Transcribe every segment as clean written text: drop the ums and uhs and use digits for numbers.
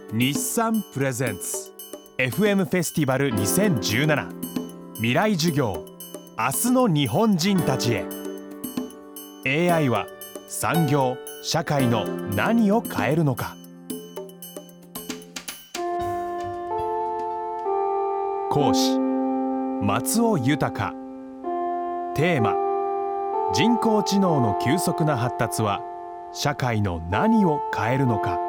日産プレゼンツ FM フェスティバル2017未来授業、明日の日本人たちへ。 AI は産業・社会の何を変えるのか。講師松尾豊。テーマ、人工知能の急速な発達は社会の何を変えるのか。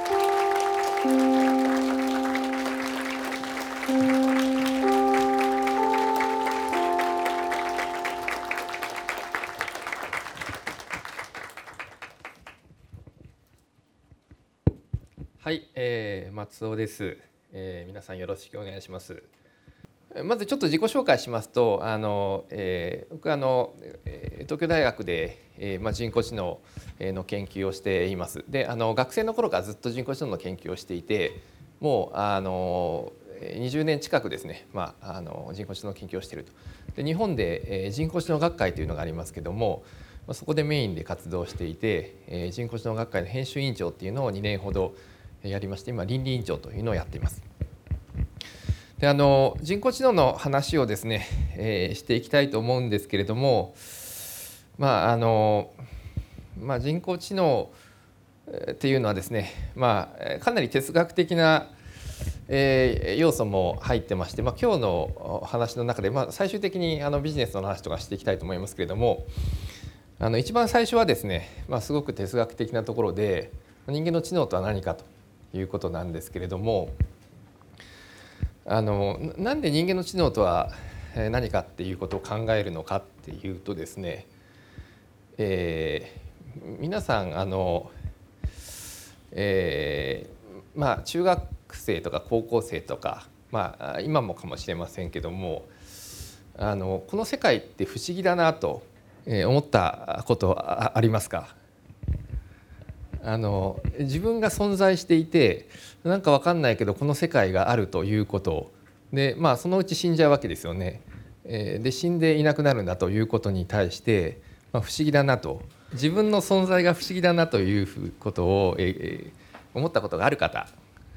はい、松尾です。皆さんよろしくお願いします。まずちょっと自己紹介しますと、僕は東京大学で、人工知能の研究をしています。で、学生の頃からずっと人工知能の研究をしていて、もう20年近くですね、人工知能研究をしていると。で、日本で、人工知能学会というのがありますけども、そこでメインで活動していて、人工知能学会の編集委員長っていうのを2年ほどやりまして、今倫理委員長というのをやっています。で、人工知能の話をですね、していきたいと思うんですけれども、人工知能っていうのはですね、かなり哲学的な要素も入ってまして、今日の話の中で、最終的にビジネスの話とかしていきたいと思いますけれども、一番最初はですね、すごく哲学的なところで、人間の知能とは何かということなんですけれども、なんで人間の知能とは何かっていうことを考えるのかっていうとですね、皆さん中学生とか高校生とか、今もかもしれませんけども、この世界って不思議だなと思ったことありますか？自分が存在していて、なんか分かんないけどこの世界があるということで、そのうち死んじゃうわけですよね。で、死んでいなくなるんだということに対して、不思議だなと、自分の存在が不思議だなということを、思ったことがある方、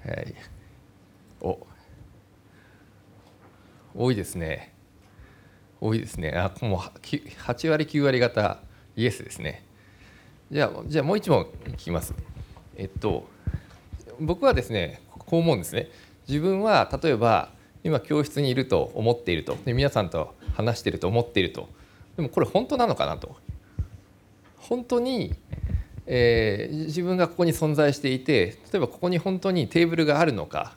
多いですね。多いですね。もう8割9割方イエスですね。じゃあもう一問聞きます。僕はですね、こう思うんですね。自分は例えば今教室にいると思っていると、で皆さんと話していると思っていると、でもこれ本当なのかなと、本当に、自分がここに存在していて、例えばここに本当にテーブルがあるのか、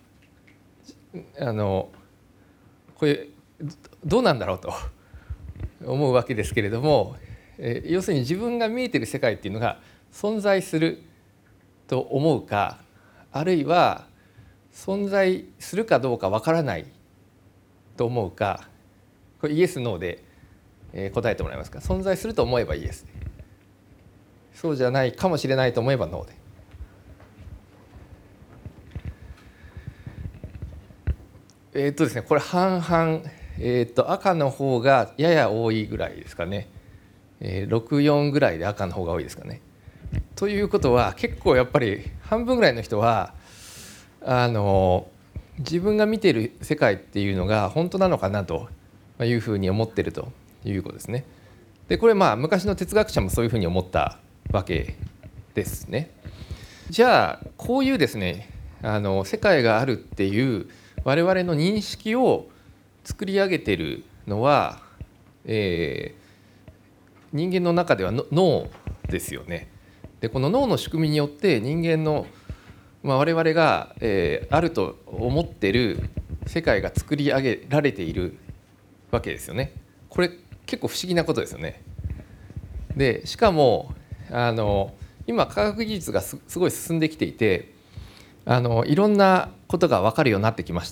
これどうなんだろうと思うわけですけれども、要するに自分が見えている世界っていうのが存在すると思うか、あるいは存在するかどうかわからないと思うか、これイエスノーで答えてもらえますか？存在すると思えばイエス、そうじゃないかもしれないと思えばノーで。ですね、これ半々、赤の方がやや多いぐらいですかね。64ぐらいで赤の方が多いですかね。ということは結構やっぱり半分ぐらいの人は自分が見ている世界っていうのが本当なのかなというふうに思っているということですね。で、これ昔の哲学者もそういうふうに思ったわけですね。じゃあこういうですね、世界があるっていう我々の認識を作り上げているのは、人間の中では脳ですよね。で、この脳の仕組みによって人間の、我々が、あると思っている世界が作り上げられているわけですよね。これ結構不思議なことですよね。で、しかも今科学技術がすごい進んできていて、いろんなことが分かるようになってきました。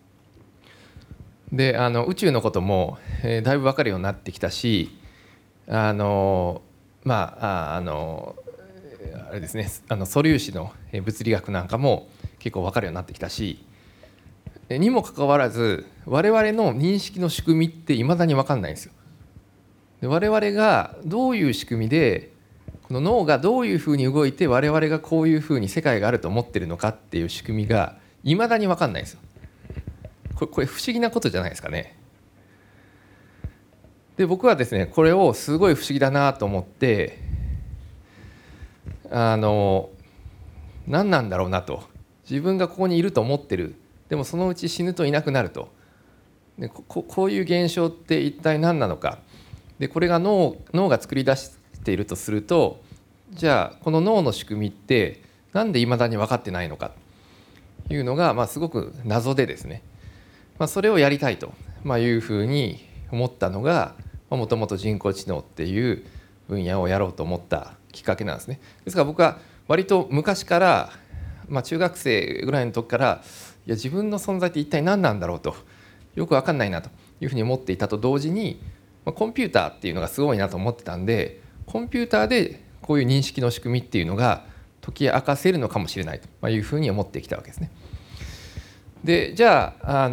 で、宇宙のことも、だいぶ分かるようになってきたし、あれですね、素粒子の物理学なんかも結構分かるようになってきたし、にもかかわらず我々の認識の仕組みっていまだに分かんないんですよ。で、我々がどういう仕組みでこの脳がどういうふうに動いて我々がこういうふうに世界があると思ってるのかっていう仕組みがいまだに分かんないんですよ。これ不思議なことじゃないですかね。で僕はですねこれをすごい不思議だなと思って何なんだろうなと。自分がここにいると思ってる、でもそのうち死ぬといなくなると。でこういう現象って一体何なのか。でこれが脳が作り出しているとすると、じゃあこの脳の仕組みってなんでいまだに分かってないのかというのが、すごく謎でですね、それをやりたいというふうに思ったのがもともと人工知能っていう分野をやろうと思ったきっかけなんですね。ですから僕は割と昔から、中学生ぐらいの時からいや自分の存在って一体何なんだろうとよく分かんないなというふうに思っていたと同時に、コンピューターっていうのがすごいなと思ってたんで、コンピューターでこういう認識の仕組みっていうのが解き明かせるのかもしれないというふうに思ってきたわけですね。でじゃあ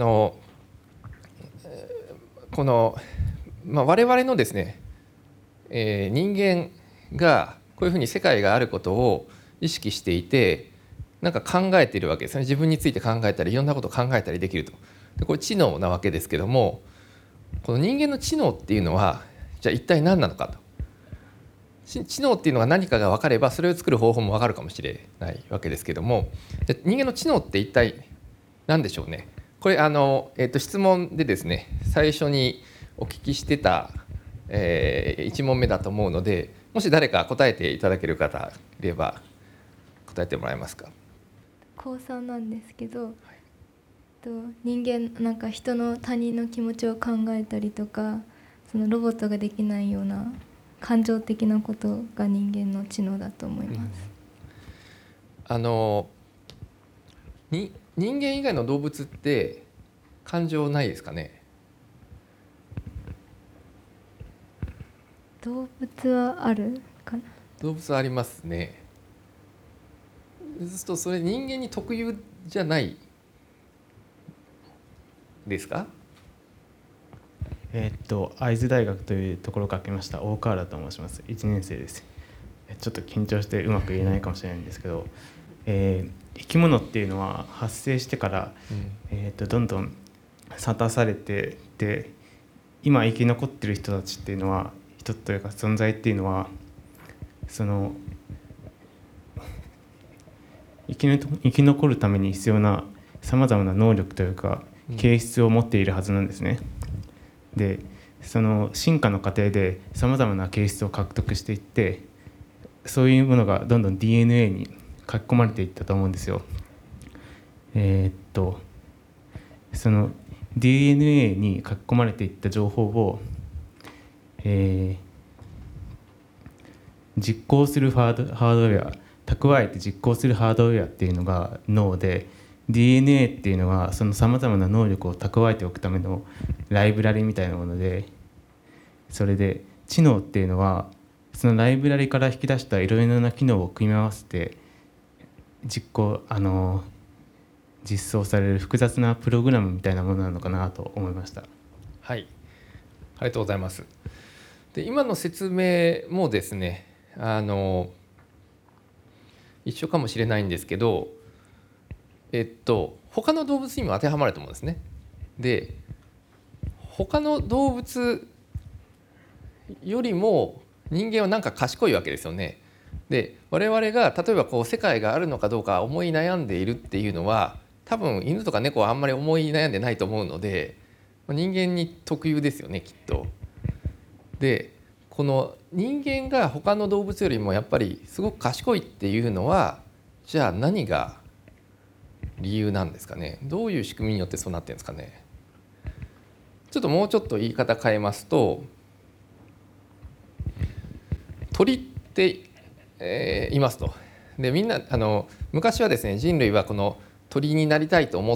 この、我々のですね、人間がこういうふうに世界があることを意識していてなんか考えているわけですね。自分について考えたりいろんなことを考えたりできると。でこれ知能なわけですけども、この人間の知能っていうのはじゃあ一体何なのかと。知能っていうのが何かが分かればそれを作る方法も分かるかもしれないわけですけども、じゃ人間の知能って一体何でしょうね。これ質問でですね最初にお聞きしてた、1問目だと思うので、もし誰か答えていただける方いれば答えてもらえますか。 高3なんですけど、人間なんか人の他人の気持ちを考えたりとか、そのロボットができないような感情的なことが人間の知能だと思います。 人間以外の動物って感情ないですかね。 動物はあるかな。 動物はありますね。そうするとそれ人間に特有じゃないですか。 会津大学というところから来ました大川原と申します。1年生です。ちょっと緊張してうまく言えないかもしれないんですけど、生き物っていうのは発生してから、どんどん諭されて、で今生き残ってる人たちっていうのは、人というか存在っていうのはその生き残るために必要なさまざまな能力というか形質を持っているはずなんですね。でその進化の過程でさまざまな形質を獲得していって、そういうものがどんどん DNA に書き込まれていったと思うんですよ。その DNA に書き込まれていった情報を、実行するハードウェア、蓄えて実行するハードウェアっていうのが脳で、 DNA っていうのはそのさまざまな能力を蓄えておくためのライブラリみたいなもので、それで知能っていうのはそのライブラリから引き出したいろいろな機能を組み合わせて実装される複雑なプログラムみたいなものなのかなと思いました。 はい、ありがとうございます。で今の説明もですね一緒かもしれないんですけど、他の動物にも当てはまると思うんですね。で他の動物よりも人間はなんか賢いわけですよね。で我々が例えばこう世界があるのかどうか思い悩んでいるっていうのは多分犬とか猫はあんまり思い悩んでないと思うので、人間に特有ですよねきっと。でこの人間が他の動物よりもやっぱりすごく賢いっていうのはじゃあ何が理由なんですかね。どういう仕組みによってそうなってるんですかね。ちょっともうちょっと言い方変えますと、鳥っていますと。でみんな昔はですね人類はこの鳥になりたいと思って、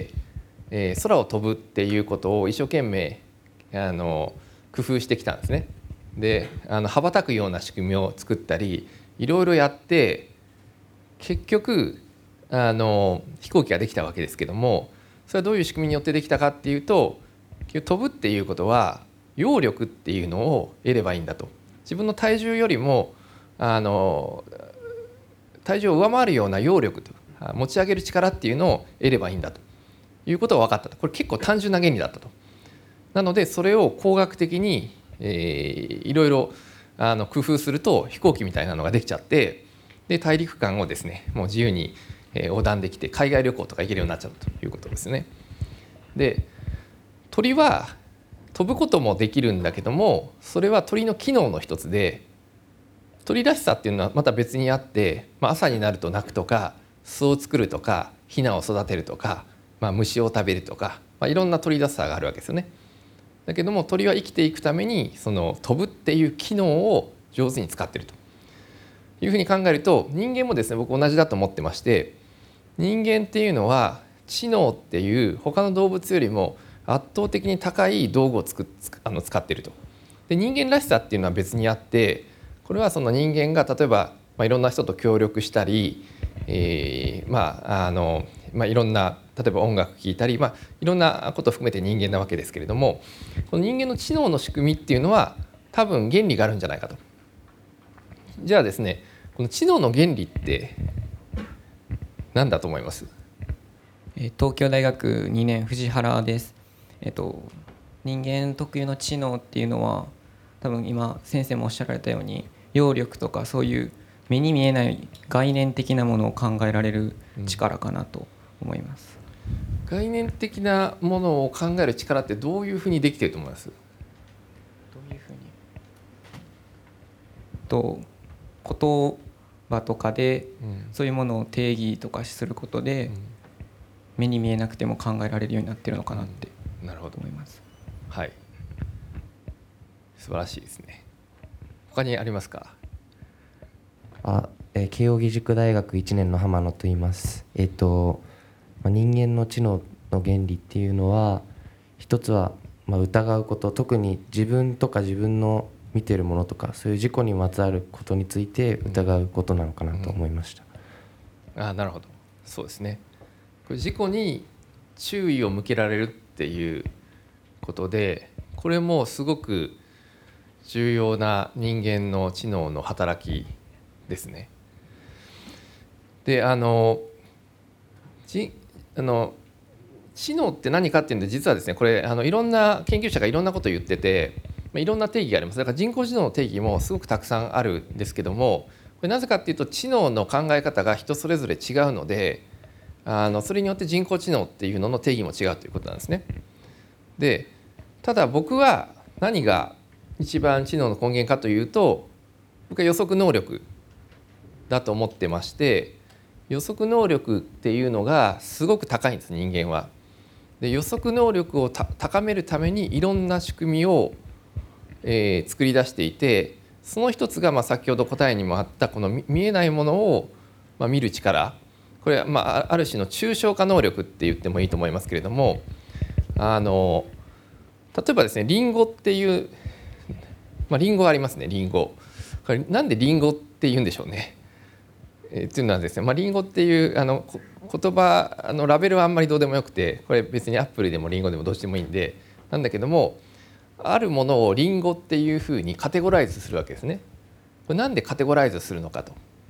空を飛ぶっていうことを一生懸命工夫してきたんですね。で羽ばたくような仕組みを作ったりいろいろやって結局飛行機ができたわけですけども、それはどういう仕組みによってできたかっていうと、飛ぶっていうことは揚力っていうのを得ればいいんだと。自分の体重よりも体重を上回るような揚力と持ち上げる力っていうのを得ればいいんだということが分かったと。これ結構単純な原理だったと。なのでそれを工学的に、いろいろ工夫すると飛行機みたいなのができちゃって、で大陸間をですねもう自由に横断できて海外旅行とか行けるようになっちゃうということですね。で鳥は飛ぶこともできるんだけども、それは鳥の機能の一つで、鳥らしさっていうのはまた別にあって、朝になると鳴くとか巣を作るとかヒナを育てるとか、虫を食べるとか、いろんな鳥らしさがあるわけですよね。だけども鳥は生きていくためにその飛ぶっていう機能を上手に使っているというふうに考えると、人間もですね僕同じだと思ってまして、人間っていうのは知能っていう他の動物よりも圧倒的に高い道具を使っていると。で人間らしさっていうのは別にあって、これはその人間が例えば、いろんな人と協力したり、いろんな例えば音楽聴いたり、いろんなことを含めて人間なわけですけれども、この人間の知能の仕組みっていうのは多分原理があるんじゃないかと。じゃあですね、この知能の原理って何だと思います？ 東京大学2年藤原です。人間特有の知能っていうのは多分今先生もおっしゃられたように揚力とかそういう目に見えない概念的なものを考えられる力かなと思います。 概念的なものを考える力ってどういうふうにできていると思います？ どういうふうに言葉とかでそういうものを定義とかすることで目に見えなくても考えられるようになってるのかなって思います。 はい、素晴らしいですね。他にありますか？ 慶應義塾大学1年の浜野と言います。人間の知能の原理っていうのは、一つは疑うこと、特に自分とか自分の見ているものとかそういう自己にまつわることについて疑うことなのかなと思いました。 なるほど、そうですね。これ自己に注意を向けられるっていうことで、これもすごく重要な人間の知能の働きですね。で知能って何かっていうので、実はですねこれいろんな研究者がいろんなことを言ってて、いろんな定義があります。だから人工知能の定義もすごくたくさんあるんですけども、これなぜかっていうと知能の考え方が人それぞれ違うので、それによって人工知能っていうのの定義も違うということなんですね。でただ僕は何が一番知能の根源かというと、僕は予測能力だと思ってまして、予測能力っていうのがすごく高いんです、人間は。で予測能力を高めるためにいろんな仕組みを、作り出していて、その一つが先ほど答えにもあったこの見えないものを見る力、これはある種の抽象化能力って言ってもいいと思いますけれども、例えばですねリンゴっていう、リンゴありますね。リンゴ、これなんでリンゴって言うんでしょうね。っていうのはですね、リンゴっていう言葉のラベルはあんまりどうでもよくて、これ別にアップルでもリンゴでもどうしてもいいんでなんだけども、あるものをリンゴっていうふうにカテゴライズするわけですね。これなんでカテゴライズするのかと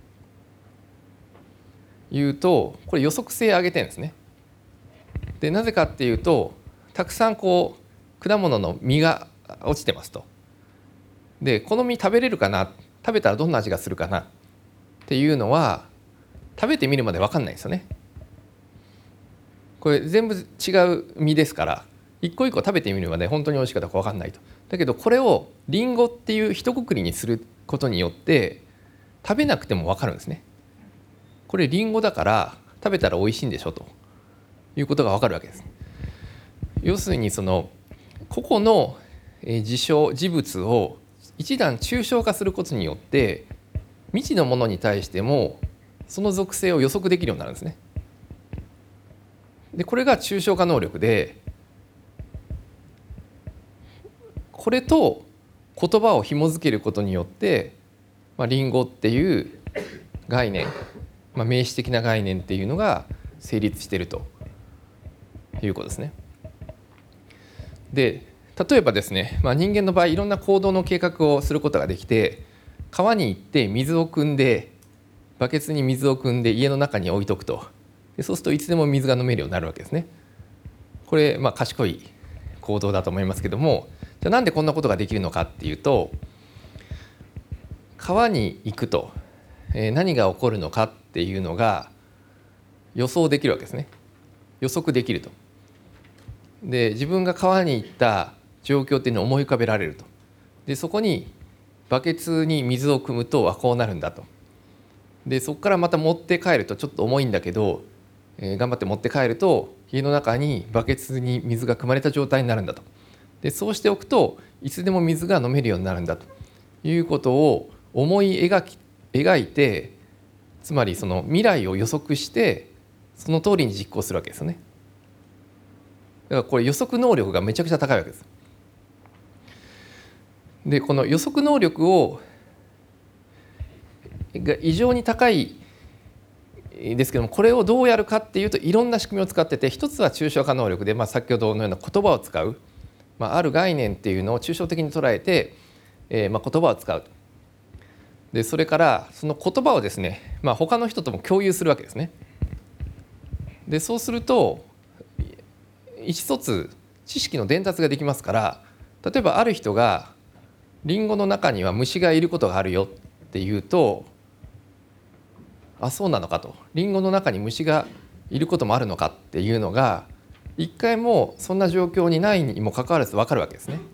いうと、これ予測性を上げてるんですね。でなぜかっていうと、たくさん果物の実が落ちてますと。でこの実食べれるかな、食べたらどんな味がするかなっていうのは食べてみるまで分かんないんですよね。これ全部違う実ですから、一個一個食べてみるまで本当に美味しいかどうか分かんないと。だけどこれをリンゴっていう一括りにすることによって食べなくても分かるんですね。これリンゴだから食べたら美味しいんでしょということが分かるわけです。要するにその個々の事象事物を一段抽象化することによって未知のものに対してもその属性を予測できるようになるんですね。でこれが抽象化能力で、これと言葉を紐づけることによって、リンゴっていう概念、名詞的な概念っていうのが成立しているということですね。で例えばですね、人間の場合いろんな行動の計画をすることができて、 川に行って水を汲んでバケツに水を汲んで家の中に置いとくと。でそうするといつでも水が飲めるようになるわけですね。これ賢い行動だと思いますけども、じゃあなんでこんなことができるのかっていうと、川に行くと何が起こるのかっていうのが予想できるわけですね。予測できると。で自分が川に行った状況っていうのを思い浮かべられると。でそこにバケツに水を汲むとこうなるんだと。でそこからまた持って帰るとちょっと重いんだけど、頑張って持って帰ると家の中にバケツに水が汲まれた状態になるんだと。でそうしておくといつでも水が飲めるようになるんだということを思い描いて、つまりその未来を予測してその通りに実行するわけですよね。だからこれ予測能力がめちゃくちゃ高いわけです。でこの予測能力が異常に高いですけども、これをどうやるかっていうといろんな仕組みを使ってて、一つは抽象化能力で、先ほどのような言葉を使う、ある概念っていうのを抽象的に捉えて、言葉を使う。でそれからその言葉をですね、他の人とも共有するわけですね。でそうすると意思疎通、知識の伝達ができますから、例えばある人がリンゴの中には虫がいることがあるよっていうと、あ、そうなのかと、リンゴの中に虫がいることもあるのかっていうのが一回もそんな状況にないにもかかわらず分かるわけですね。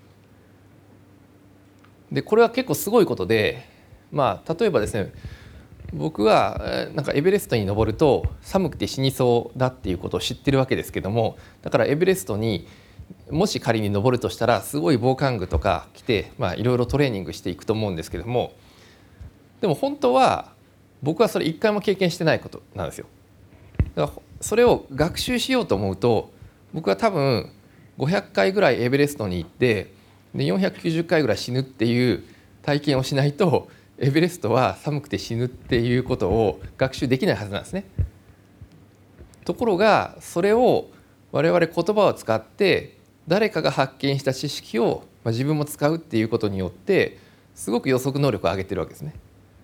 でこれは結構すごいことで、例えばですね、僕はなんかエベレストに登ると寒くて死にそうだっていうことを知ってるわけですけども、だからエベレストにもし仮に登るとしたらすごい防寒具とか着ていろいろトレーニングしていくと思うんですけども、でも本当は僕はそれ一回も経験してないことなんですよ。だからそれを学習しようと思うと、僕は多分500回ぐらいエベレストに行ってで490回ぐらい死ぬっていう体験をしないと、エベレストは寒くて死ぬっていうことを学習できないはずなんですね。ところがそれを我々言葉を使って誰かが発見した知識を自分も使うっていうことによってすごく予測能力を上げてるわけですね。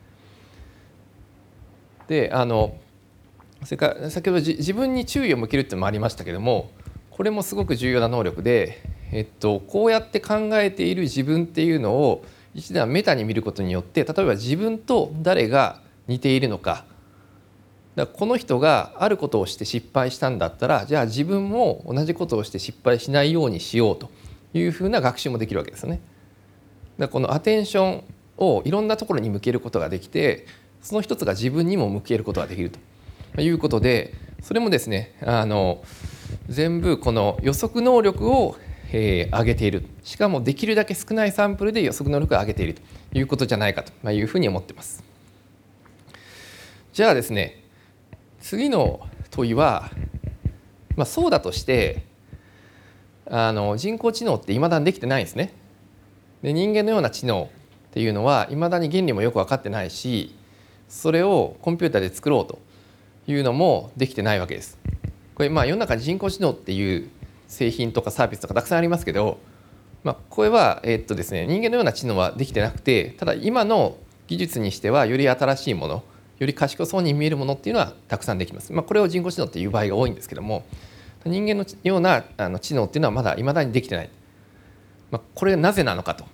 でそれから先ほど自分に注意を向けるっていうのもありましたけども、これもすごく重要な能力で、こうやって考えている自分っていうのを一段メタに見ることによって、例えば自分と誰が似ているのか、だからこの人があることをして失敗したんだったら、じゃあ自分も同じことをして失敗しないようにしようというふうな学習もできるわけですよね。だからこのアテンションをいろんなところに向けることができて、その一つが自分にも向けることができるということで、それもですね全部この予測能力を上げている、しかもできるだけ少ないサンプルで予測能力を上げているということじゃないかというふうに思っています。じゃあですね、次の問いは、そうだとして人工知能っていまだにできてないんですね。で人間のような知能っていうのはいまだに原理もよく分かってないし、それをコンピューターで作ろうというのもできてないわけです。これ世の中に人工知能っていう製品とかサービスとかたくさんありますけど、これはですね、人間のような知能はできてなくて、ただ今の技術にしてはより新しいもの、より賢そうに見えるものっていうのはたくさんできます。これを人工知能っていう場合が多いんですけども、人間のような知能っていうのはまだ未だにできてない。これがなぜなのかと。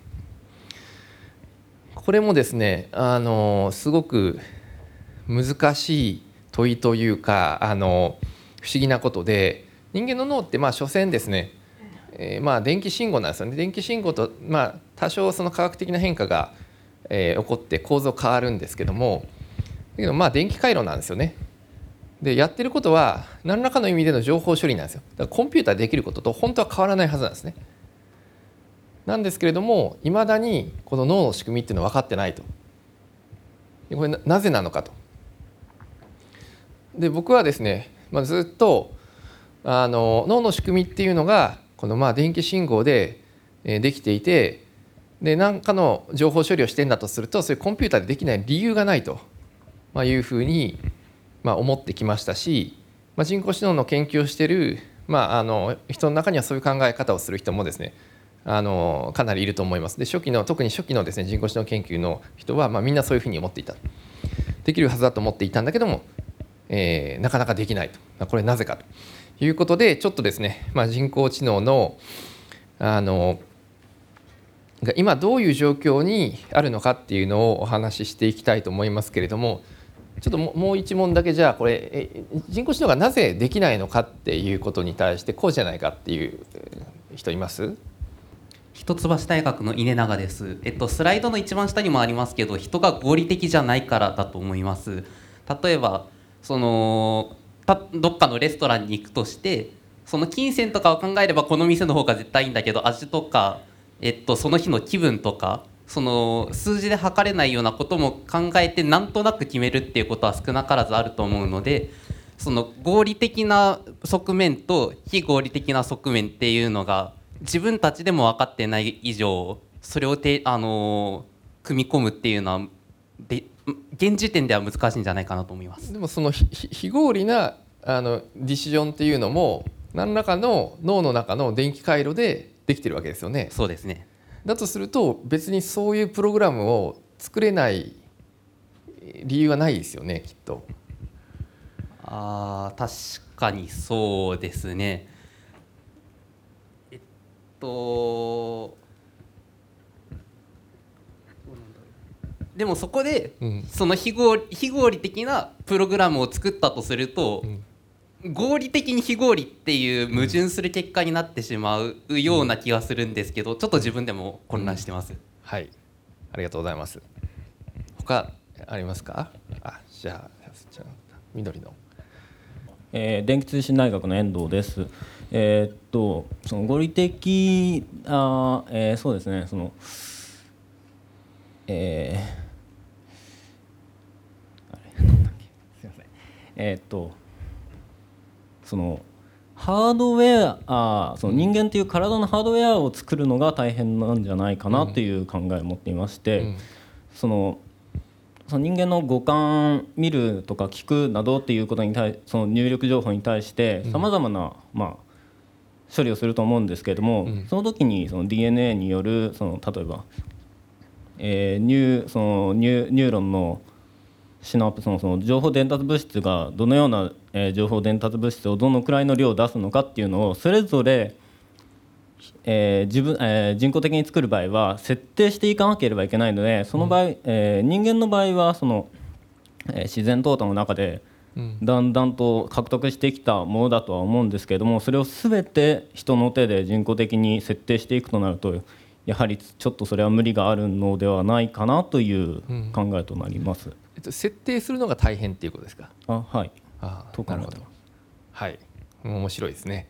これもですねすごく難しい問いというか不思議なことで、人間の脳って所詮ですね、電気信号なんですよね。電気信号と多少その科学的な変化が起こって構造変わるんですけども、だけど電気回路なんですよね。でやってることは何らかの意味での情報処理なんですよ。だからコンピューターでできることと本当は変わらないはずなんですね。なんですけれども、いまだにこの脳の仕組みっていうのは分かってないと。でこれ なぜなのかと。で僕はですね、ずっと脳の仕組みっていうのがこの電気信号でできていて、で何かの情報処理をしてんだとすると、そういうコンピューターでできない理由がないというふうに思ってきましたし、人工知能の研究をしている人の中にはそういう考え方をする人もですねかなりいると思います。で特に初期のですね人工知能研究の人は、みんなそういうふうに思っていた。できるはずだと思っていたんだけども、なかなかできないと。これなぜかということで、ちょっとですね、人工知能のが今どういう状況にあるのかっていうのをお話ししていきたいと思いますけれども、ちょっともう一問だけ、じゃあこれ人工知能がなぜできないのかっていうことに対してこうじゃないかっていう人います？ 一橋大学の稲永です。スライドの一番下にもありますけど、人が合理的じゃないからだと思います。例えばどっかのレストランに行くとして、その金銭とかを考えればこの店の方が絶対いいんだけど、味とか、その日の気分とか、その数字で測れないようなことも考えてなんとなく決めるっていうことは少なからずあると思うので、その合理的な側面と非合理的な側面っていうのが自分たちでも分かってない以上、それを組み込むっていうのは現時点では難しいんじゃないかなと思います。 でもその非合理なディシジョンっていうのも何らかの脳の中の電気回路でできてるわけですよね。 そうですね。 だとすると別にそういうプログラムを作れない理由はないですよね、きっと。 確かにそうですね。でもそこで、その非合理的なプログラムを作ったとすると、合理的に非合理っていう矛盾する結果になってしまうような気がするんですけど、ちょっと自分でも混乱してます。 はい、ありがとうございます。他ありますか？じゃあ緑の、 電気通信大学の遠藤です。その合理的そうですね、そのハードウェア、その人間という体のハードウェアを作るのが大変なんじゃないかなという考えを持っていまして、その人間の五感、見るとか聞くなどっていうことにその入力情報に対してさまざまな処理をすると思うんですけれども、その時にその DNA による例えばニューロンのシナプスのその情報伝達物質がどのような情報伝達物質をどのくらいの量を出すのかっていうのをそれぞれ人工的に作る場合は設定していかなければいけないので、その場合、人間の場合は自然淘汰の中でだんだんと獲得してきたものだとは思うんですけれども、それを全て人の手で人工的に設定していくとなると、やはりちょっとそれは無理があるのではないかなという考えとなります。 設定するのが大変っていうことですか？ はい。 と考えてます。はい、面白いですね。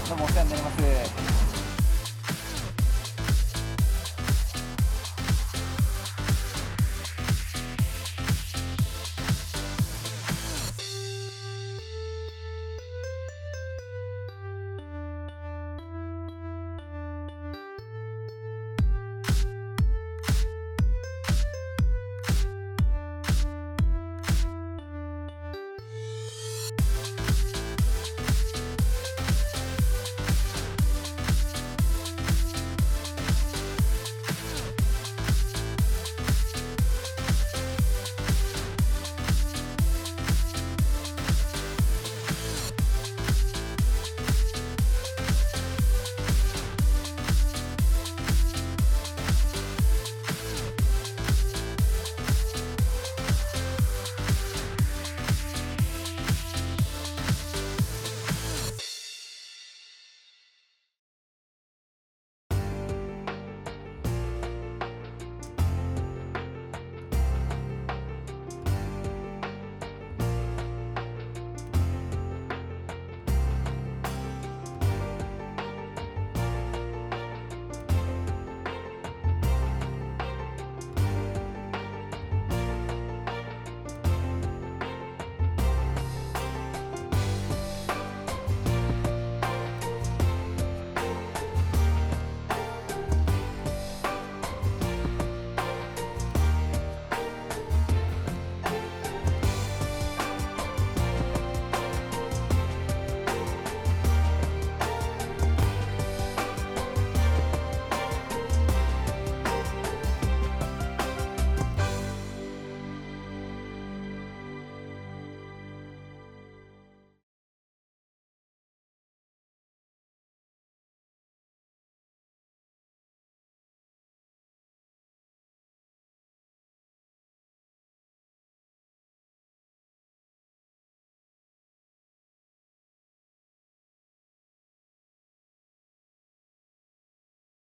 どうもお世話になります。